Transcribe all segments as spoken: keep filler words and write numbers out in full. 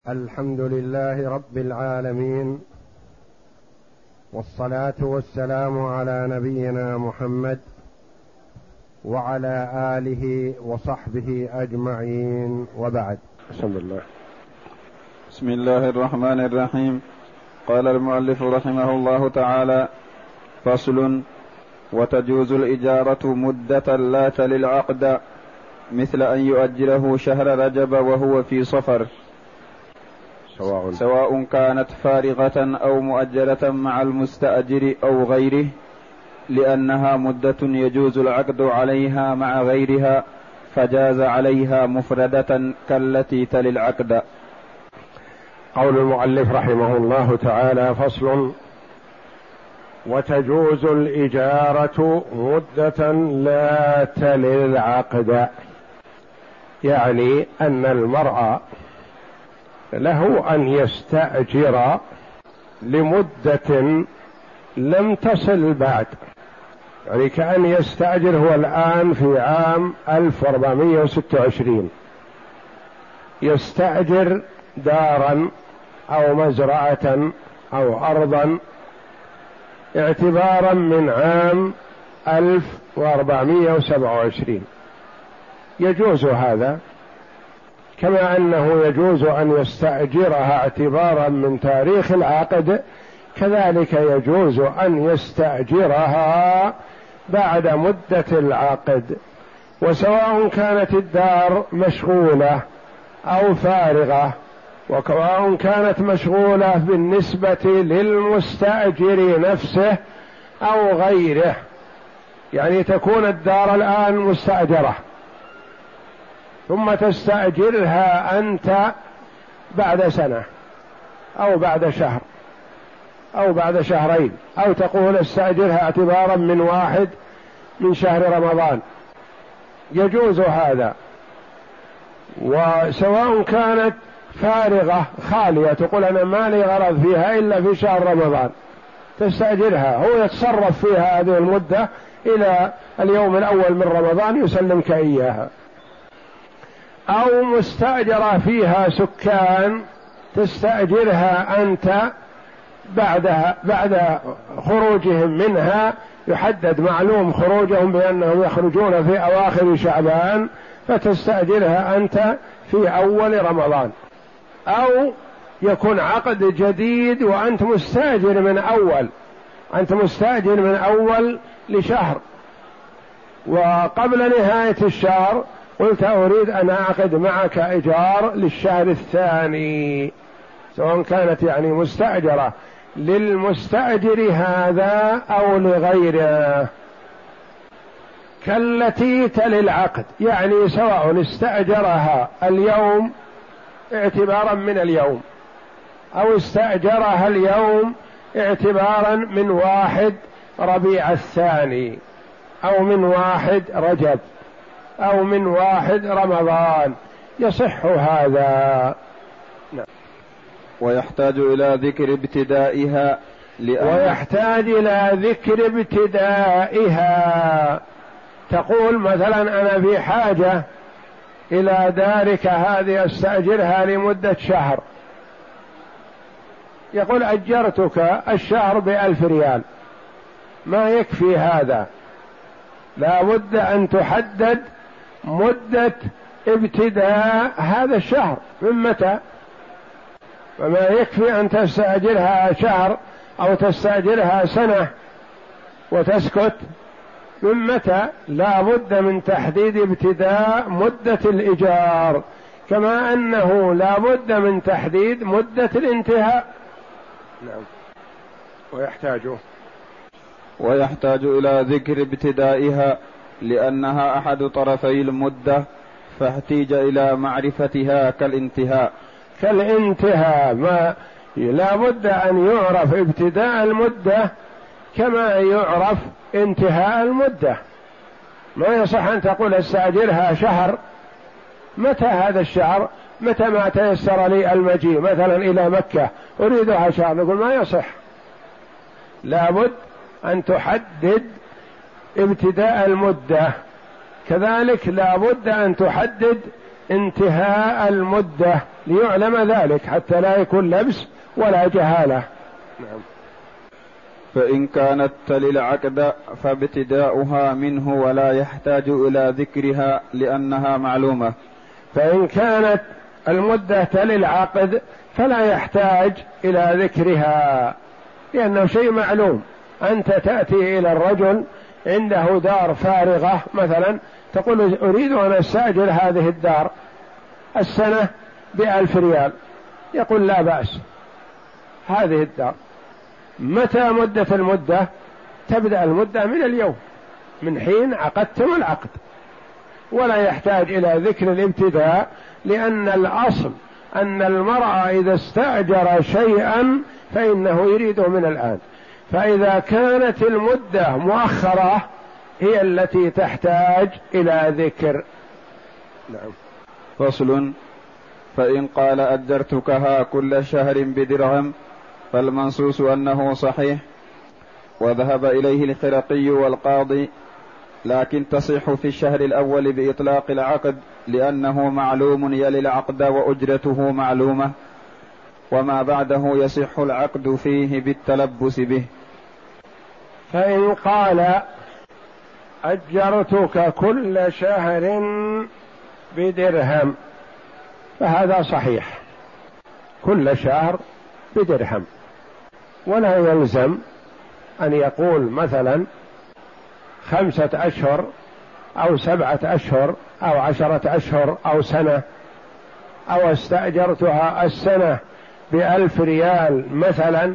الحمد لله رب العالمين، والصلاة والسلام على نبينا محمد وعلى آله وصحبه أجمعين، وبعد. بسم الله بسم الله الرحمن الرحيم. قال المؤلف رحمه الله تعالى: فصل: وتجوز الإجارة مدة لا تلي العقد، مثل أن يؤجله شهر رجب وهو في صفر، سواء, سواء كانت فارغة أو مؤجلة مع المستأجر أو غيره، لأنها مدة يجوز العقد عليها مع غيرها، فجاز عليها مفردة كالتي تلي العقد. قول المؤلف رحمه الله تعالى: فصل: وتجوز الإجارة مدة لا تلي العقد، يعني أن المرء له أن يستأجر لمدة لم تصل بعد، يعني كأن يستأجر هو الآن في عام ألف وأربعمائة وستة وعشرين، يستأجر دارا أو مزرعة أو أرضا اعتبارا من عام ألف وأربعمائة وسبعة وعشرين، يجوز هذا، كما أنه يجوز أن يستأجرها اعتبارا من تاريخ العقد، كذلك يجوز أن يستأجرها بعد مدة العقد، وسواء كانت الدار مشغولة أو فارغة، وسواء كانت مشغولة بالنسبة للمستأجر نفسه أو غيره، يعني تكون الدار الآن مستأجرة ثم تستأجرها أنت بعد سنة أو بعد شهر أو بعد شهرين، أو تقول استأجرها اعتبارا من واحد من شهر رمضان، يجوز هذا. وسواء كانت فارغة خالية، تقول أنا ما لي غرض فيها إلا في شهر رمضان، تستأجرها، هو يتصرف فيها هذه المدة إلى اليوم الأول من رمضان يسلمك إياها. أو مستأجرة فيها سكان، تستأجرها أنت بعدها بعد خروجهم منها، يحدد معلوم خروجهم بأنهم يخرجون في أواخر شعبان، فتستأجرها أنت في أول رمضان. أو يكون عقد جديد وأنت مستأجر من أول، أنت مستأجر من أول لشهر، وقبل نهاية الشهر قلت أريد أن أعقد معك إيجار للشهر الثاني، سواء كانت يعني مستأجرة للمستأجر هذا أو لغيره، كالتي تلي العقد، يعني سواء استأجرها اليوم اعتبارا من اليوم، أو استأجرها اليوم اعتبارا من واحد ربيع الثاني، أو من واحد رجب، أو من واحد رمضان، يصح هذا. نعم. ويحتاج إلى ذكر ابتدائها لأن ويحتاج إلى ذكر ابتدائها، تقول مثلا أنا في حاجة إلى دارك هذه أستأجرها لمدة شهر، يقول أجرتك الشهر بألف ريال، ما يكفي هذا، لا بد أن تحدد مدة ابتداء هذا الشهر من متى، فما يكفي أن تستأجرها شهر أو تستأجرها سنة وتسكت، من متى؟ لا بد من تحديد ابتداء مدة الإيجار، كما أنه لا بد من تحديد مدة الانتهاء. نعم. ويحتاج ويحتاج إلى ذكر ابتدائها لأنها أحد طرفي المدة، فاحتيج إلى معرفتها كالانتهاء. كالانتهاء، ما لا بد أن يعرف ابتداء المدة كما يعرف انتهاء المدة، ما يصح أن تقول استأجرها شهر، متى هذا الشهر؟ متى ما تيسر لي المجيء مثلا إلى مكة أريدها شهر، نقول ما يصح، لا بد أن تحدد ابتداء المدة، كذلك لا بد أن تحدد انتهاء المدة ليعلم ذلك حتى لا يكون لبس ولا جهالة. نعم. فإن كانت تلي العقد فابتداؤها منه ولا يحتاج إلى ذكرها لأنها معلومة. فإن كانت المدة تلي العقد فلا يحتاج إلى ذكرها لأنه شيء معلوم. أنت تأتي إلى الرجل عنده دار فارغة مثلا، تقول أريد أن أستأجر هذه الدار السنة بألف ريال، يقول لا بأس هذه الدار. متى مدة المدة؟ تبدأ المدة من اليوم، من حين عقدتم العقد، ولا يحتاج إلى ذكر الابتداء، لأن الأصل أن المرأة إذا استأجر شيئا فإنه يريده من الآن، فإذا كانت المدة مؤخرة هي التي تحتاج إلى ذكر. نعم. فصل. فإن قال أجرتكها كل شهر بدرهم فالمنصوص أنه صحيح، وذهب إليه الخرقي والقاضي، لكن تصح في الشهر الأول بإطلاق العقد لأنه معلوم يلي العقد وأجرته معلومة، وما بعده يصح العقد فيه بالتلبس به. فإن قال أجرتك كل شهر بدرهم فهذا صحيح، كل شهر بدرهم، ولا يلزم أن يقول مثلا خمسة أشهر أو سبعة أشهر أو عشرة أشهر أو سنة، أو استأجرتها السنة بألف ريال مثلا،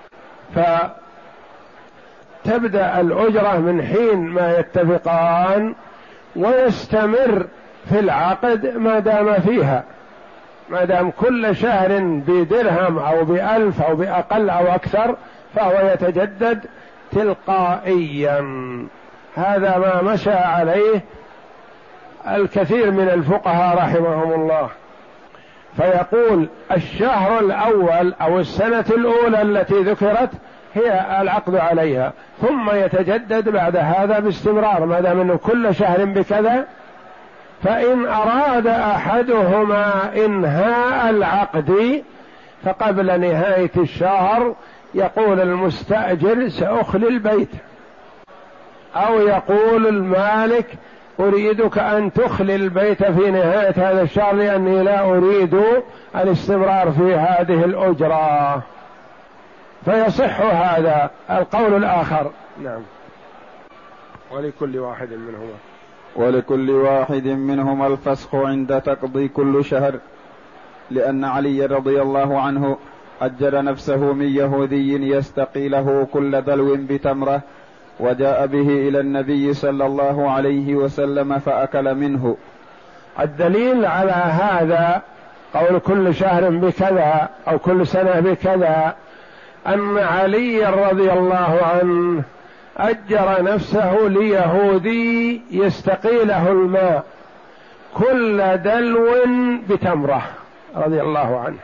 فتبدأ الأجرة من حين ما يتفقان ويستمر في العقد ما دام فيها، ما دام كل شهر بدرهم أو بألف أو بأقل أو أكثر فهو يتجدد تلقائيا. هذا ما مشى عليه الكثير من الفقهاء رحمهم الله، فيقول الشهر الأول أو السنة الأولى التي ذكرت هي العقد عليها، ثم يتجدد بعد هذا باستمرار ما دام أنه كل شهر بكذا. فإن أراد أحدهما إنهاء العقد فقبل نهاية الشهر يقول المستأجر سأخلي البيت، أو يقول المالك أريدك أن تخلي البيت في نهاية هذا الشهر لأني لا أريد الاستمرار في هذه الأجرة، فيصح هذا القول الآخر. نعم. ولكل واحد منهما ولكل واحد منهما الفسخ عند تقضي كل شهر، لأن علي رضي الله عنه أجر نفسه من يهودي يستقي له كل دلو بتمرة، وجاء به إلى النبي صلى الله عليه وسلم فأكل منه. الدليل على هذا قول كل شهر بكذا أو كل سنة بكذا أن علي رضي الله عنه أجر نفسه ليهودي يستقي له الماء كل دلو بتمرة رضي الله عنه،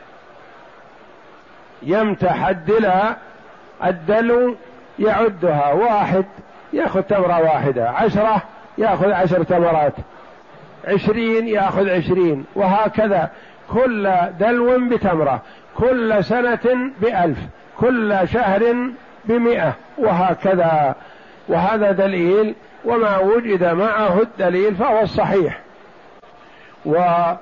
يمتح الدلى الدلو يعدها، واحد يأخذ تمرة واحدة، عشرة يأخذ عشر تمرات، عشرين يأخذ عشرين، وهكذا كل دلو بتمرة، كل سنة بألف، كل شهر بمئة، وهكذا. وهذا دليل، وما وجد معه الدليل فهو الصحيح. وفعل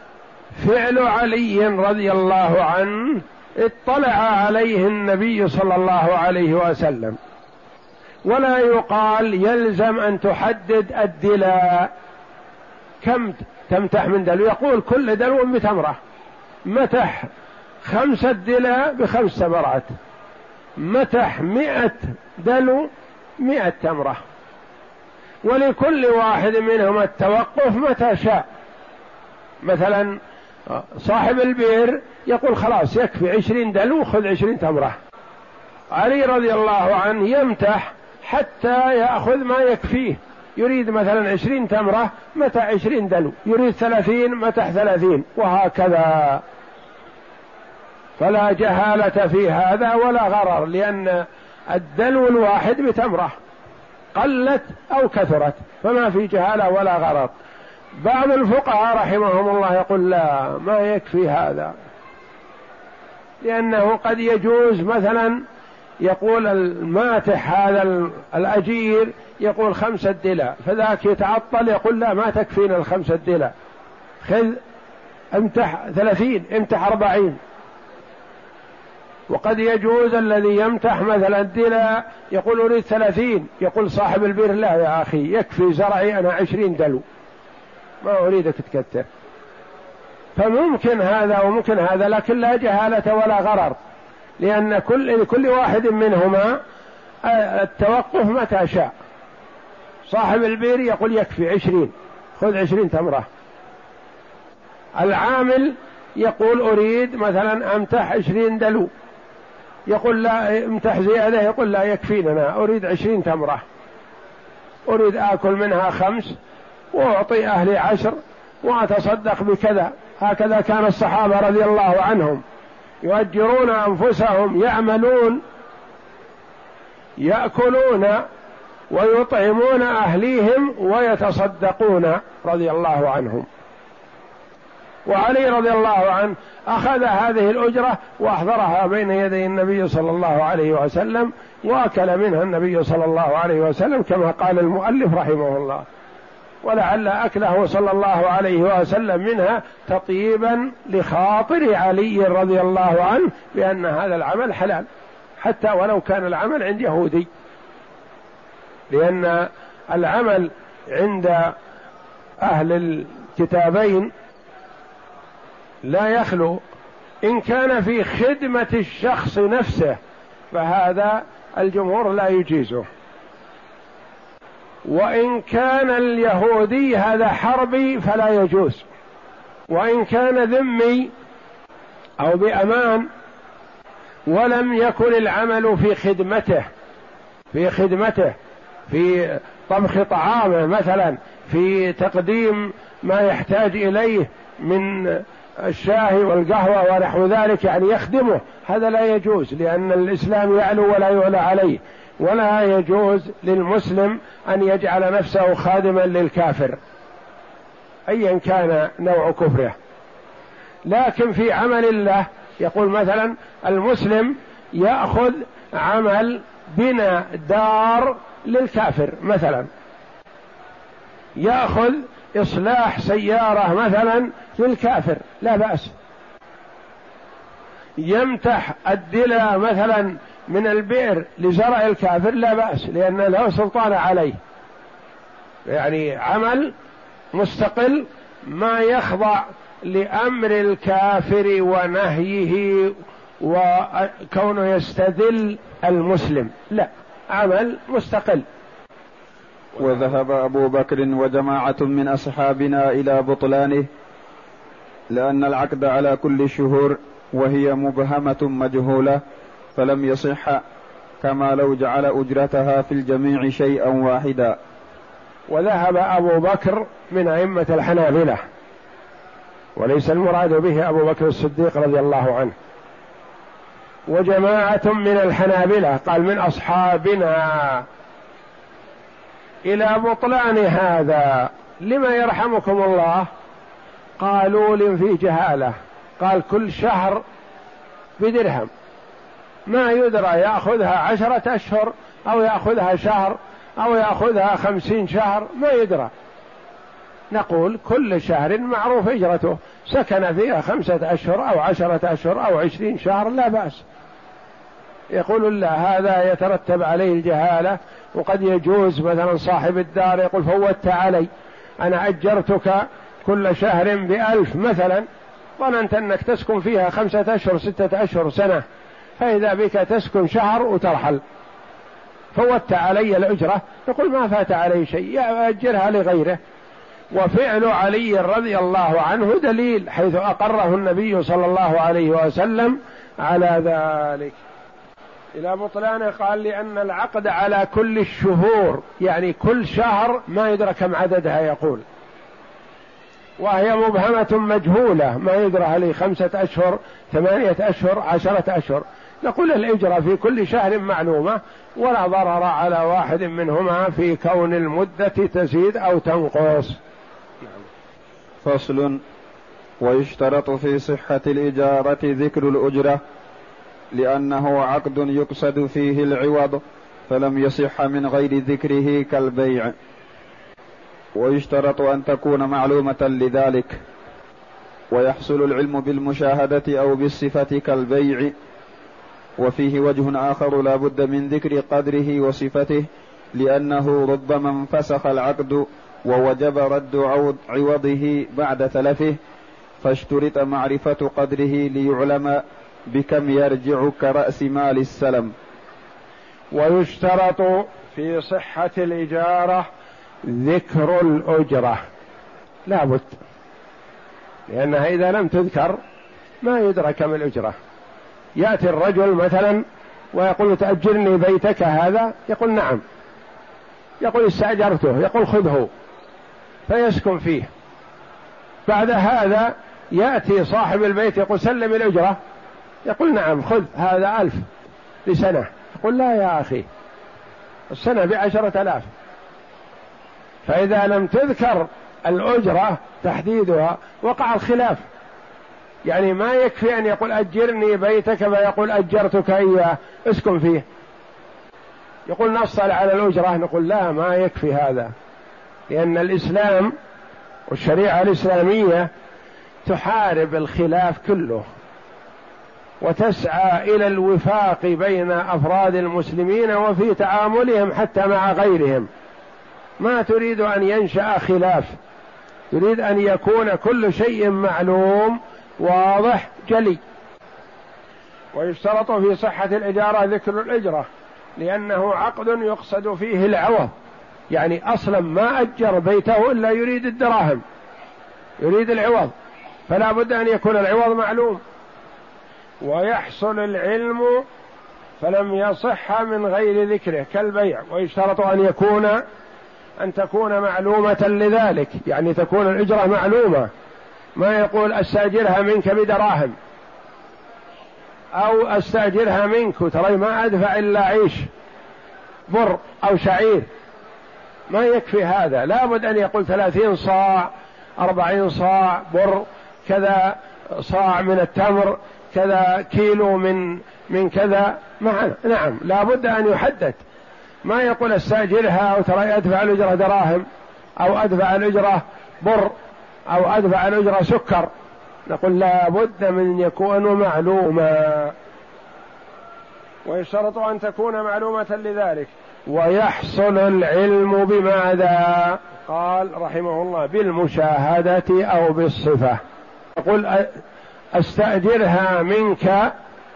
علي رضي الله عنه اطلع عليه النبي صلى الله عليه وسلم، ولا يقال يلزم أن تحدد الدلاء كم تمتح من دلو، يقول كل دلو بتمرة، متح خمسة دلاء بخمس تمرات، متح مئة دلو مئة تمرة، ولكل واحد منهم التوقف متى شاء. مثلا صاحب البئر يقول خلاص يكفي عشرين دلو خذ عشرين تمرة، علي رضي الله عنه يمتح حتى يأخذ ما يكفيه، يريد مثلا عشرين تمرة متى عشرين دلو، يريد ثلاثين متى ثلاثين، وهكذا. فلا جهالة في هذا ولا غرر، لأن الدلو الواحد بتمرة قلت أو كثرت، فما في جهالة ولا غرر. بعض الفقهاء رحمهم الله يقول لا، ما يكفي هذا، لأنه قد يجوز مثلا يقول الماتح هذا الأجير يقول خمسة دلة، فذاك يتعطل يقول لا ما تكفينا الخمسة دلة، خذ امتح ثلاثين امتح أربعين. وقد يجوز الذي يمتح مثلا الدلة يقول أريد ثلاثين، يقول صاحب البير لا يا أخي يكفي زرعي أنا عشرين دلو ما أريدك تكتر. فممكن هذا وممكن هذا، لكن لا جهالة ولا غرر، لأن كل كل واحد منهما التوقف متى شاء. صاحب البير يقول يكفي عشرين، خذ عشرين تمرة. العامل يقول أريد مثلا أمتح عشرين دلو، يقول لا امتح زيادة، يقول لا يكفينا أريد عشرين تمرة، أريد آكل منها خمس وأعطي أهلي عشر وأتصدق بكذا. هكذا كان الصحابة رضي الله عنهم يؤجرون أنفسهم يعملون يأكلون ويطعمون أهليهم ويتصدقون رضي الله عنهم. وعلي رضي الله عنه أخذ هذه الأجرة وأحضرها بين يدي النبي صلى الله عليه وسلم، وأكل منها النبي صلى الله عليه وسلم كما قال المؤلف رحمه الله، ولعل أكله صلى الله عليه وسلم منها تطيبا لخاطر علي رضي الله عنه بأن هذا العمل حلال، حتى ولو كان العمل عند يهودي، لأن العمل عند أهل الكتابين لا يخلو إن كان في خدمة الشخص نفسه فهذا الجمهور لا يجيزه، وإن كان اليهودي هذا حربي فلا يجوز، وإن كان ذمي أو بأمان ولم يكن العمل في خدمته في خدمته في طبخ طعامه مثلا، في تقديم ما يحتاج إليه من الشاي والقهوة ونحو ذلك، يعني يخدمه، هذا لا يجوز، لأن الإسلام يعلو ولا يعلى عليه، ولا يجوز للمسلم أن يجعل نفسه خادما للكافر أيا كان نوع كفره. لكن في عمل الله يقول مثلا المسلم يأخذ عمل بناء دار للكافر مثلا، يأخذ إصلاح سيارة مثلا للكافر لا بأس، يمتح الدلة مثلا من البئر لزرع الكافر لا بأس، لأن له سلطان عليه، يعني عمل مستقل ما يخضع لأمر الكافر ونهيه وكونه يستذل المسلم، لا، عمل مستقل. وذهب أبو بكر وجماعة من أصحابنا إلى بطلانه، لأن العقد على كل الشهور وهي مبهمة مجهولة فلم يصح، كما لو جعل أجرتها في الجميع شيئا واحدا. وذهب أبو بكر من أئمة الحنابلة، وليس المراد به أبو بكر الصديق رضي الله عنه، وجماعة من الحنابلة قال من أصحابنا إلى بطلان هذا. لما يرحمكم الله؟ قالوا لي في جهالة، قال كل شهر بدرهم، ما يدرى يأخذها عشرة أشهر أو يأخذها شهر أو يأخذها خمسين شهر، ما يدرى. نقول كل شهر معروف إجرته، سكن فيها خمسة أشهر أو عشرة أشهر أو عشرين شهر لا بأس. يقول لا، هذا يترتب عليه الجهالة. وقد يجوز مثلا صاحب الدار يقول فوتت علي، أنا أجرتك كل شهر بألف مثلا، ظننت أنك تسكن فيها خمسة أشهر ستة أشهر سنة، فإذا بك تسكن شهر وترحل، فوتت علي الأجرة، يقول ما فات علي شيء، يأجرها لغيره. وفعل علي رضي الله عنه دليل، حيث أقره النبي صلى الله عليه وسلم على ذلك. إلى بطلانه قال لأن العقد على كل الشهور، يعني كل شهر ما يدرى كم عددها، يقول وهي مبهمة مجهولة، ما يدرى هل خمسة أشهر ثمانية أشهر عشرة أشهر. نقول الإجرة في كل شهر معلومة، ولا ضرر على واحد منهما في كون المدة تزيد أو تنقص. فصل. ويشترط في صحة الإجارة ذكر الأجرة لأنه عقد يقصد فيه العوض فلم يصح من غير ذكره كالبيع. ويشترط أن تكون معلومة لذلك، ويحصل العلم بالمشاهدة أو بالصفة كالبيع. وفيه وجه آخر لا بد من ذكر قدره وصفته، لأنه ربما انفسخ العقد ووجب رد عوضه بعد تلفه، فاشترط معرفة قدره ليعلم بكم يرجع كرأس مال السلم. ويشترط في صحة الإجارة ذكر الأجرة، لا بد، لأنها إذا لم تذكر ما يدرى كم الأجرة. يأتي الرجل مثلا ويقول تأجرني بيتك هذا، يقول نعم، يقول استأجرته، يقول خذه، فيسكن فيه. بعد هذا يأتي صاحب البيت يقول سلم الأجرة، يقول نعم خذ هذا ألف لسنة، يقول لا يا أخي السنة بعشرة آلاف. فإذا لم تذكر الأجرة تحديدها وقع الخلاف، يعني ما يكفي أن يقول أجرني بيتك فيقول أجرتك إياه اسكن فيه، يقول نصل على الأجرة، نقول لا ما يكفي هذا، لأن الإسلام والشريعة الإسلامية تحارب الخلاف كله وتسعى إلى الوفاق بين أفراد المسلمين وفي تعاملهم حتى مع غيرهم، ما تريد أن ينشأ خلاف، تريد أن يكون كل شيء معلوم واضح جلي. ويشترط في صحة الإجارة ذكر الأجرة لأنه عقد يقصد فيه العوض، يعني أصلا ما أجر بيته إلا يريد الدراهم، يريد العوض، فلا بد أن يكون العوض معلوم. ويحصل العلم فلم يصح من غير ذكره كالبيع. ويشترط أن يكون أن تكون معلومة لذلك، يعني تكون الأجرة معلومة، ما يقول أستأجرها منك بدراهم أو أستأجرها منك وترى ما أدفع إلا عيش بر أو شعير، ما يكفي هذا، لا بد أن يقول ثلاثين صاع، أربعين صاع بر، كذا صاع من التمر، كذا كيلو من من كذا، نعم لا بد أن يحدد، ما يقول استأجرها وترى أدفع الأجرة دراهم أو أدفع الأجرة بر أو أدفع الأجرة سكر، نقول لا بد من يكون معلوما. ويشترط أن تكون معلومة لذلك. ويحصل العلم بماذا؟ قال رحمه الله بالمشاهدة أو بالصفة. يقول أستأجرها منك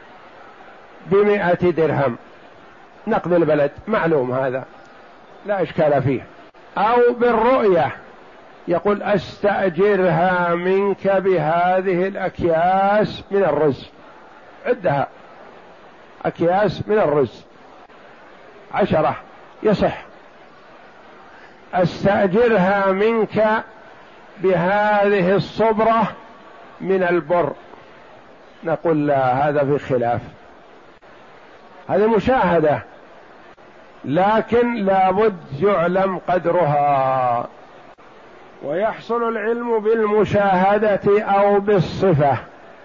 بمئة درهم نقد البلد، معلوم هذا لا إشكال فيه. أو بالرؤية، يقول أستأجرها منك بهذه الأكياس من الرز، عدها أكياس من الرز عشرة يصح. أستأجرها منك بهذه الصبرة من البر، نقول لا هذا في خلاف، هذه مشاهدة لكن لابد يعلم قدرها. ويحصل العلم بالمشاهدة أو بالصفة.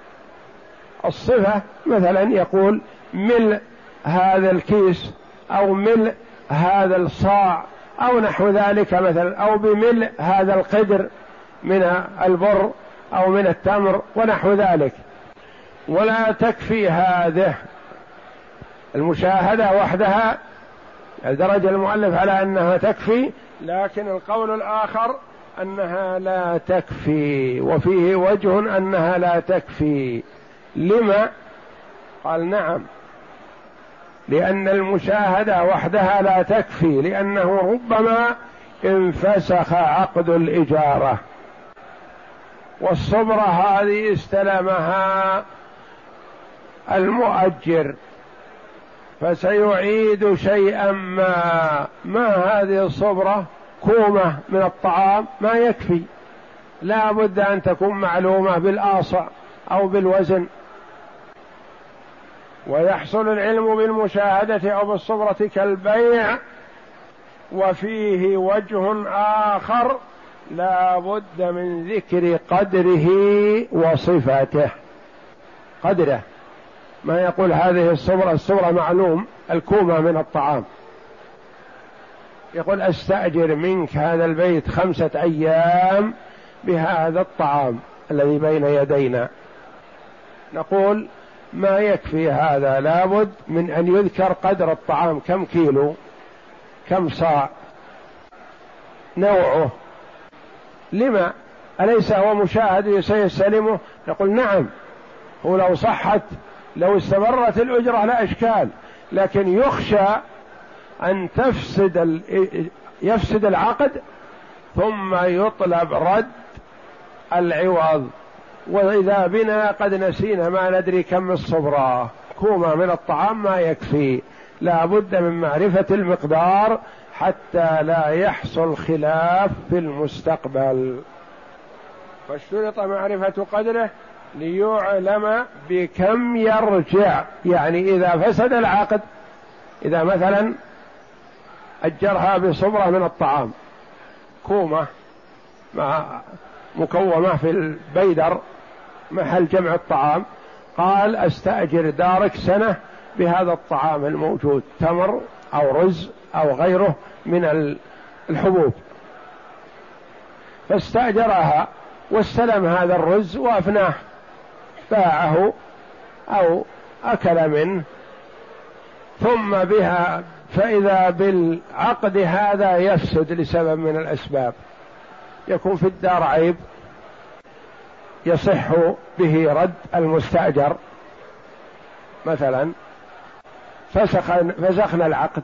الصفة مثلا يقول ملء هذا الكيس أو ملء هذا الصاع أو نحو ذلك مثلا، أو بملء هذا القدر من البر أو من التمر ونحو ذلك. ولا تكفي هذه المشاهدة وحدها، درج المؤلف على أنها تكفي، لكن القول الآخر أنها لا تكفي، وفيه وجه أنها لا تكفي. لما؟ قال نعم، لأن المشاهدة وحدها لا تكفي، لأنه ربما انفسخ عقد الإجارة، والصبرة هذه استلمها المؤجر فسيعيد شيئا ما، ما هذه الصبرة كومة من الطعام ما يكفي، لا بد أن تكون معلومة بالآصع أو بالوزن. ويحصل العلم بالمشاهدة أو بالصبرة كالبيع. وفيه وجه آخر لا بد من ذكر قدره وصفاته. قدره، ما يقول هذه الصبرة، الصبرة معلوم الكومة من الطعام، يقول أستأجر منك هذا البيت خمسة أيام بهذا الطعام الذي بين يدينا، نقول ما يكفي هذا، لابد من أن يذكر قدر الطعام، كم كيلو، كم صاع، نوعه، لما أليس هو مشاهد سيستلمه؟ نقول نعم، هو لو صحت لو استمرت الأجرة لا إشكال، لكن يخشى أن تفسد يفسد العقد ثم يطلب رد العوض، وإذا بنا قد نسينا ما ندري كم الصبرة، كومة من الطعام ما يكفي، لا بد من معرفة المقدار حتى لا يحصل خلاف في المستقبل. فاشترط معرفة قدره ليعلم بكم يرجع، يعني إذا فسد العقد، إذا مثلا أجرها بصبرة من الطعام، كومة مع مكومة في البيدر محل جمع الطعام، قال أستأجر دارك سنة بهذا الطعام الموجود، تمر أو رز أو غيره من الحبوب، فاستأجرها واستلم هذا الرز وأفناه، باعه أو أكل منه، ثم بها فإذا بالعقد هذا يفسد لسبب من الأسباب، يكون في الدار عيب يصح به رد المستأجر، مثلا فسخن فسخنا العقد،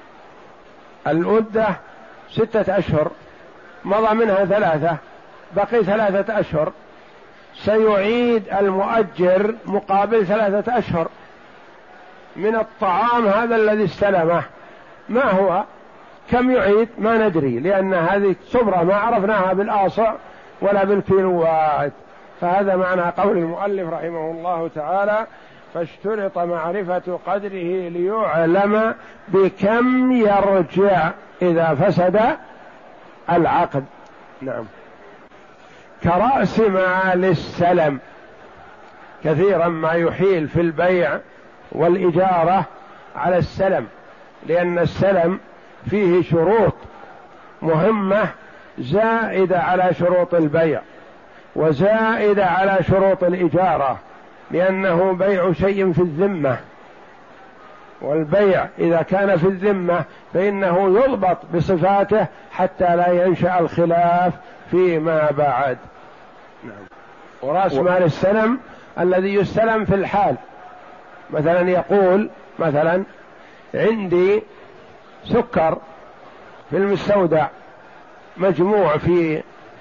المدة ستة أشهر، مضى منها ثلاثة، بقي ثلاثة أشهر، سيعيد المؤجر مقابل ثلاثة أشهر من الطعام هذا الذي استلمه، ما هو كم يعيد ما ندري، لأن هذه صبرة ما عرفناها بالآصع ولا بالكيلوات. فهذا معنى قول المؤلف رحمه الله تعالى: فاشترط معرفة قدره ليعلم بكم يرجع إذا فسد العقد. نعم. كرأس مال السلم، كثيرا ما يحيل في البيع والإجارة على السلم، لأن السلم فيه شروط مهمة زائدة على شروط البيع وزائدة على شروط الإجارة، لأنه بيع شيء في الذمة، والبيع إذا كان في الذمة فإنه يضبط بصفاته حتى لا ينشأ الخلاف فيما بعد. نعم. ورأس مال السلم الذي يستلم في الحال، مثلا يقول مثلا عندي سكر في المستودع مجموع في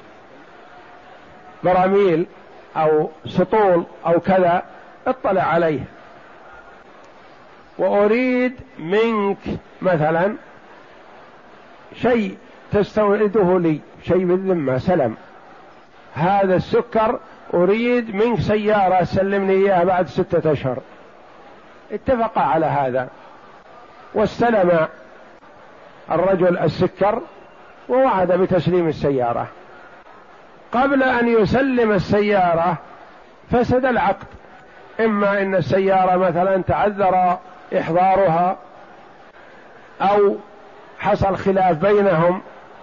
براميل أو سطول أو كذا، اطلع عليه وأريد منك مثلا شيء تستورده لي، شيء بالذمة سلم، هذا السكر أريد منك سيارة سلمني إياها بعد ستة أشهر، اتفق على هذا واستلم الرجل السكر ووعد بتسليم السيارة، قبل أن يسلم السيارة فسد العقد، إما أن السيارة مثلا تعذر إحضارها أو حصل خلاف بينهم.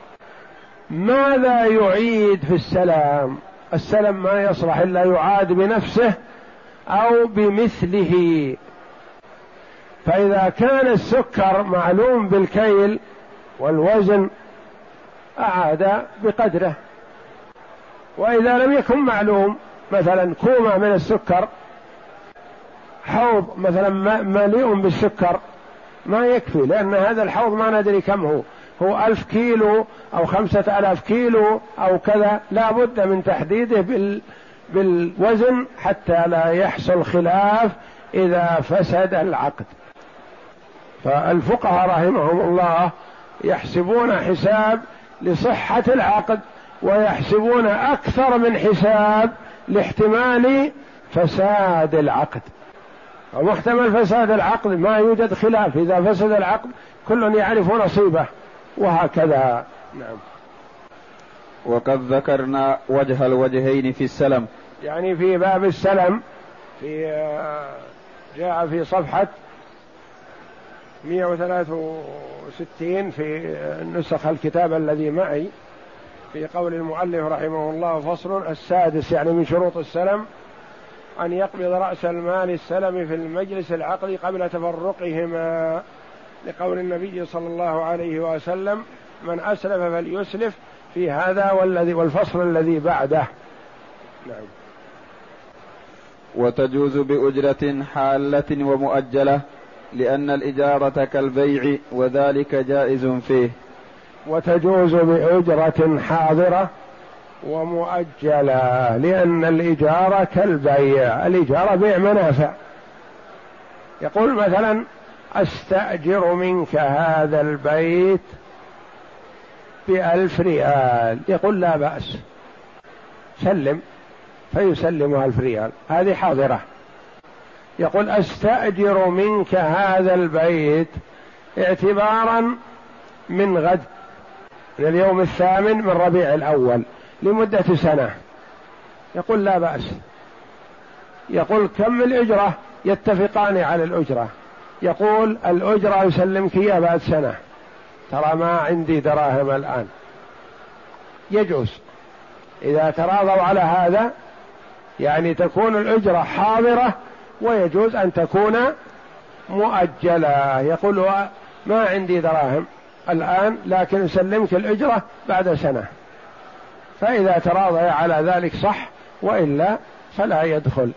ماذا يعيد في السلام؟ السلم ما يصلح إلا يعاد بنفسه أو بمثله، فإذا كان السكر معلوم بالكيل والوزن أعاد بقدره، وإذا لم يكن معلوم، مثلا كومة من السكر، حوض مثلا مليء بالسكر، ما يكفي، لأن هذا الحوض ما ندري كم هو، هو ألف كيلو أو خمسة ألاف كيلو أو كذا، لا بد من تحديده بال بالوزن حتى لا يحصل خلاف إذا فسد العقد. فالفقهاء رحمهم الله يحسبون حساب لصحة العقد، ويحسبون أكثر من حساب لاحتمال فساد العقد، ومحتمل فساد العقد ما يوجد خلاف، إذا فسد العقد كل يعرف نصيبه، وهكذا. نعم. وقد ذكرنا وجه الوجهين في السلم. يعني في باب السلم في جاء في صفحة مئة وثلاثة وستين في نسخ الكتاب الذي معي في قول المؤلف رحمه الله: فصل السادس، يعني من شروط السلم أن يقبض رأس المال السلم في المجلس العقدي قبل تفرقهما، لقول النبي صلى الله عليه وسلم: من أسلف فليسلف في هذا والذي والفصل الذي بعده. نعم. وتجوز بأجرة حالة ومؤجلة، لأن الإجارة كالبيع وذلك جائز فيه. وتجوز بأجرة حاضرة ومؤجلة، لأن الإجارة كالبيع، الإجارة بيع منافع. يقول مثلا: أستأجر منك هذا البيت بألف ريال، يقول: لا بأس، سلم، فيسلم ألف ريال، هذه حاضرة. يقول: أستأجر منك هذا البيت اعتبارا من غد، من اليوم الثامن من ربيع الأول لمدة سنة، يقول: لا بأس. يقول: كم الأجرة؟ يتفقان على الأجرة، يقول: الأجرة يسلمك إياه بعد سنة، ترى ما عندي دراهم الآن. يجوز إذا تراضوا على هذا، يعني تكون الأجرة حاضرة، ويجوز أن تكون مؤجلة. يقول: ما عندي دراهم الآن، لكن أسلمك الأجرة بعد سنة. فإذا تراضى على ذلك صح، وإلا فلا يدخل.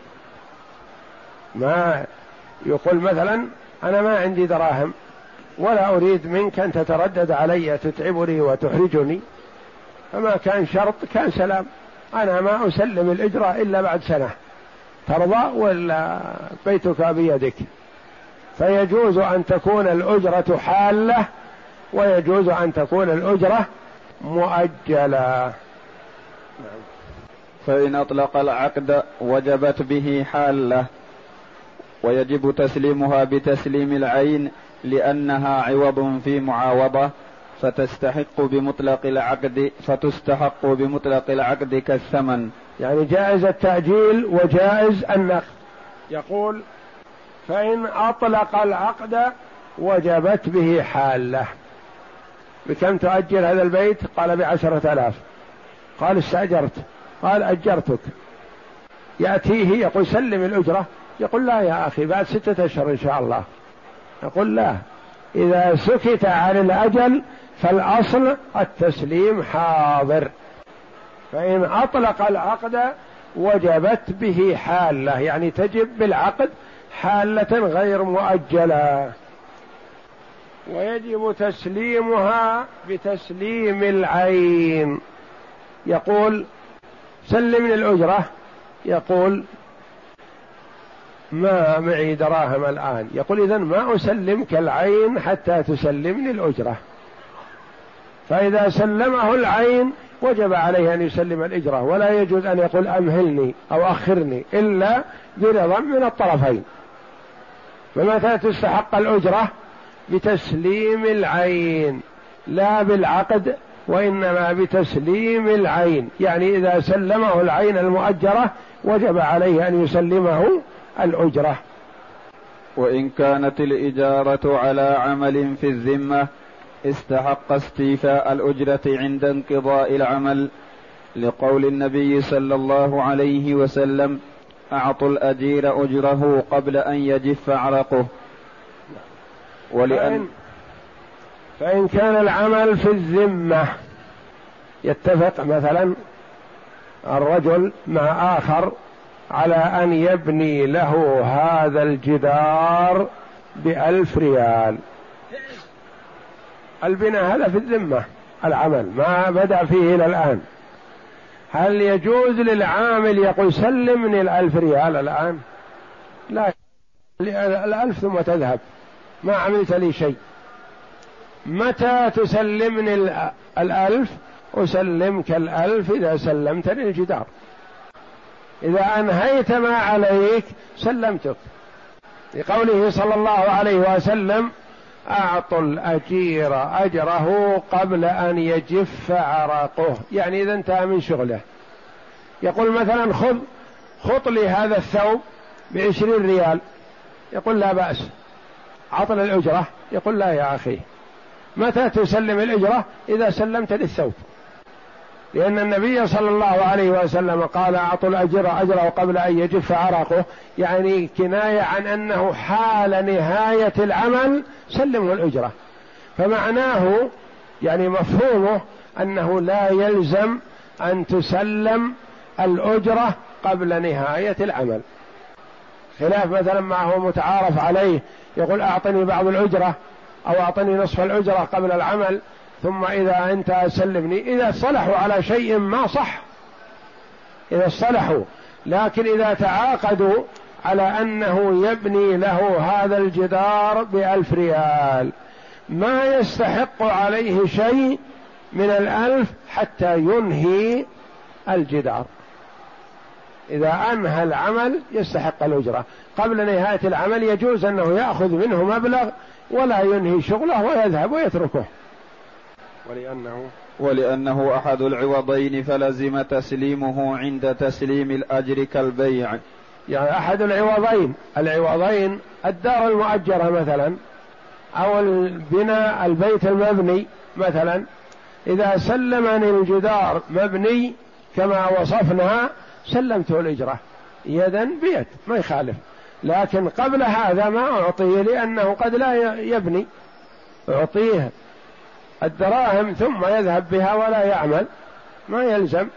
ما يقول مثلا: أنا ما عندي دراهم ولا أريد منك أن تتردد علي تتعبني وتحرجني، فما كان شرط كان سلام، أنا ما أسلم الإجرة إلا بعد سنة، ترضى ولا بيتك بيدك. فيجوز أن تكون الأجرة حالة، ويجوز أن تكون الأجرة مؤجلة. فإن أطلق العقد وجبت به حالة، ويجب تسليمها بتسليم العين لأنها عوض في معاوضة، فتستحق بمطلق العقد فتستحق بمطلق العقد كالثمن. يعني جائز التأجيل وجائز النقد. يقول: فإن أطلق العقد وجبت به حالة. بكم تؤجل هذا البيت؟ قال: بعشرة آلاف. قال: استأجرت. قال: أجرتك. يأتيه يقول: سلم الأجرة، يقول: لا يا أخي، بعد ستة أشهر إن شاء الله. يقول: لا، إذا سكت عن الأجل فالأصل التسليم حاضر. فإن أطلق العقد وجبت به حالة، يعني تجب بالعقد حالة غير مؤجلة، ويجب تسليمها بتسليم العين. يقول: سلمني الأجرة، يقول: ما معي دراهم الآن. يقول: إذن ما أسلمك العين حتى تسلمني الأجرة. فإذا سلمه العين وجب عليه أن يسلم الأجرة، ولا يجوز أن يقول أمهلني أو أخرني إلا برضا من الطرفين. فمتى تستحق الأجرة؟ بتسليم العين، لا بالعقد، وإنما بتسليم العين. يعني إذا سلمه العين المؤجرة وجب عليه أن يسلمه الأجرة. وإن كانت الإجارة على عمل في الذمة استحق استيفاء الأجرة عند انقضاء العمل، لقول النبي صلى الله عليه وسلم: أعطوا الأجير أجره قبل أن يجف عرقه. ولأن فإن كان العمل في الذمة، يتفق مثلا الرجل مع آخر على أن يبني له هذا الجدار بألف ريال. البناء هذا في الذمة، العمل ما بدأ فيه إلى الآن. هل يجوز للعامل يقول: سلمني الألف ريال الآن؟ لا، الألف ثم تذهب، ما عملت لي شيء. متى تسلمني الألف؟ أسلمك الألف إذا سلمتني الجدار. إذا أنهيت ما عليك سلمتك، لقوله صلى الله عليه وسلم: أعطوا الأجير أجره قبل أن يجف عرقه، يعني إذا انتهى من شغله يقول مثلا خذ خط لي هذا الثوب بعشرين ريال، يقول لا بأس، عطنا الأجرة، يقول لا يا أخي، متى تسلم الأجرة؟ إذا سلمت للثوب، لأن النبي صلى الله عليه وسلم قال أعطوا الأجر أجره قبل أن يجف عرقه، يعني كناية عن أنه حال نهاية العمل سلمه الأجرة، فمعناه يعني مفهومه أنه لا يلزم أن تسلم الأجرة قبل نهاية العمل، خلاف مثلا ما هو متعارف عليه يقول أعطني بعض الأجرة أو أعطني نصف الأجرة قبل العمل ثم إذا أنت سلمني. إذا صلحوا على شيء ما صح، إذا صلحوا، لكن إذا تعاقدوا على أنه يبني له هذا الجدار بألف ريال ما يستحق عليه شيء من الألف حتى ينهي الجدار، إذا أنهى العمل يستحق الأجرة، قبل نهاية العمل يجوز أنه يأخذ منه مبلغ ولا ينهي شغله ويذهب ويتركه. ولأنه ولأنه أحد العوضين فلزم تسليمه عند تسليم الأجر كالبيع، يعني أحد العوضين، العوضين الدار المؤجرة مثلا أو البناء البيت المبني مثلا، إذا سلمني الجدار مبني كما وصفنا سلمته الإجرة يدا بيد ما يخالف، لكن قبل هذا ما أعطيه لأنه قد لا يبني، أعطيه الدراهم ثم يذهب بها ولا يعمل، ما يلزم.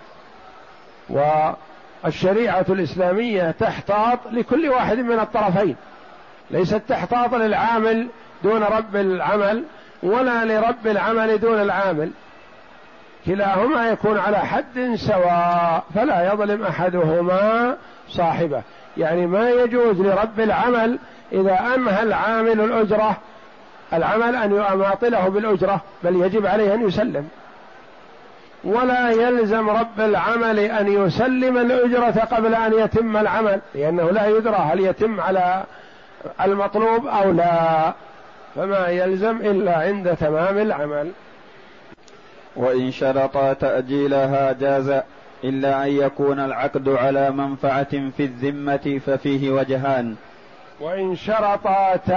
والشريعة الإسلامية تحتاط لكل واحد من الطرفين، ليست تحتاط للعامل دون رب العمل ولا لرب العمل دون العامل، كلاهما يكون على حد سواء فلا يظلم أحدهما صاحبه، يعني ما يجوز لرب العمل إذا أنهى العامل الأجرة العمل أن يماطله بالأجرة، بل يجب عليه أن يسلم، ولا يلزم رب العمل أن يسلم الأجرة قبل أن يتم العمل، لأنه لا يدرى هل يتم على المطلوب أو لا، فما يلزم إلا عند تمام العمل. وإن شرطا تأجيلها جاز إلا أن يكون العقد على منفعة في الذمة ففيه وجهان. وإن شرط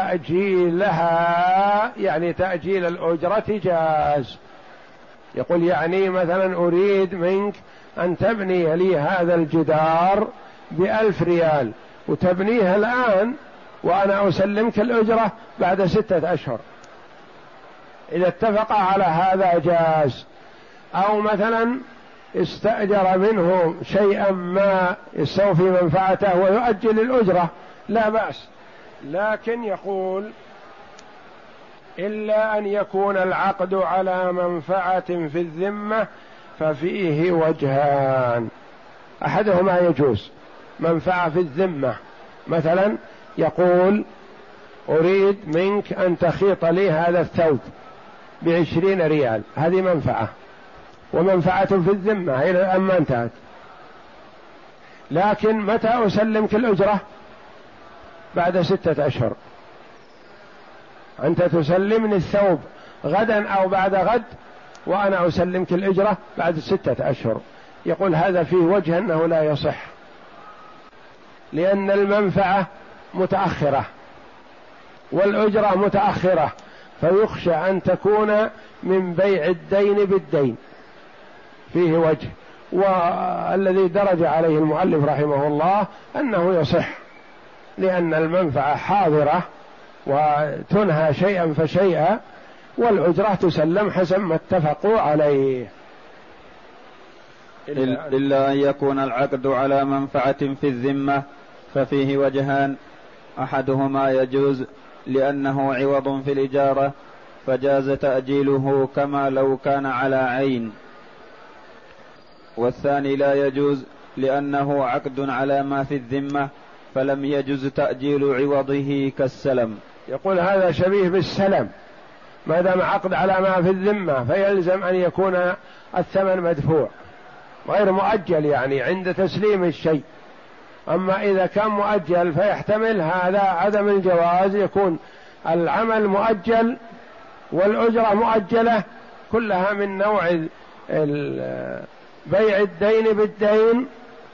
تأجيلها يعني تأجيل الأجرة جاز، يقول يعني مثلا أريد منك أن تبني لي هذا الجدار بألف ريال وتبنيها الآن وأنا أسلمك الأجرة بعد ستة أشهر، إذا اتفق على هذا جاز. أو مثلا استأجر منه شيئا ما يستوفي منفعته ويؤجل الأجرة لا بأس، لكن يقول إلا أن يكون العقد على منفعة في الذمة ففيه وجهان، أحدهما يجوز منفعة في الذمة، مثلا يقول أريد منك أن تخيط لي هذا الثوب بعشرين ريال، هذه منفعة، ومنفعة في الذمة إلى الآن ما انتهت، لكن متى أسلمك الأجرة؟ بعد ستة أشهر، أنت تسلمني الثوب غدا أو بعد غد وأنا أسلمك الأجرة بعد ستة أشهر. يقول هذا فيه وجه أنه لا يصح، لأن المنفعة متأخرة والأجرة متأخرة، فيخشى أن تكون من بيع الدين بالدين، فيه وجه. والذي درج عليه المؤلف رحمه الله أنه يصح، لأن المنفعة حاضرة وتنهى شيئا فشيئا، والأجرة تسلم حسب ما اتفقوا عليه. إلا, إلا أن يكون العقد على منفعة في الذمة ففيه وجهان، أحدهما يجوز لأنه عوض في الإجارة فجاز تأجيله كما لو كان على عين، والثاني لا يجوز لأنه عقد على ما في الذمة فلم يجوز تأجيل عوضه كالسلم. يقول هذا شبيه بالسلم، ما دام عقد على ما في الذمة فيلزم أن يكون الثمن مدفوع غير مؤجل، يعني عند تسليم الشيء. أما إذا كان مؤجل فيحتمل هذا عدم الجواز، يكون العمل مؤجل والأجرة مؤجلة، كلها من نوع بيع الدين بالدين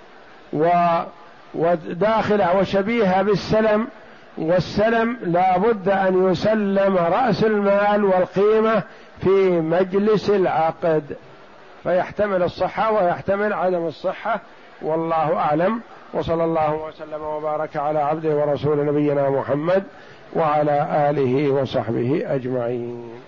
وداخلة وشبيهة بالسلم. والسلم لا بد أن يسلم رأس المال والقيمة في مجلس العقد، فيحتمل الصحة ويحتمل عدم الصحة، والله أعلم. وصلى الله وسلم وبارك على عبده ورسول نبينا محمد وعلى آله وصحبه أجمعين.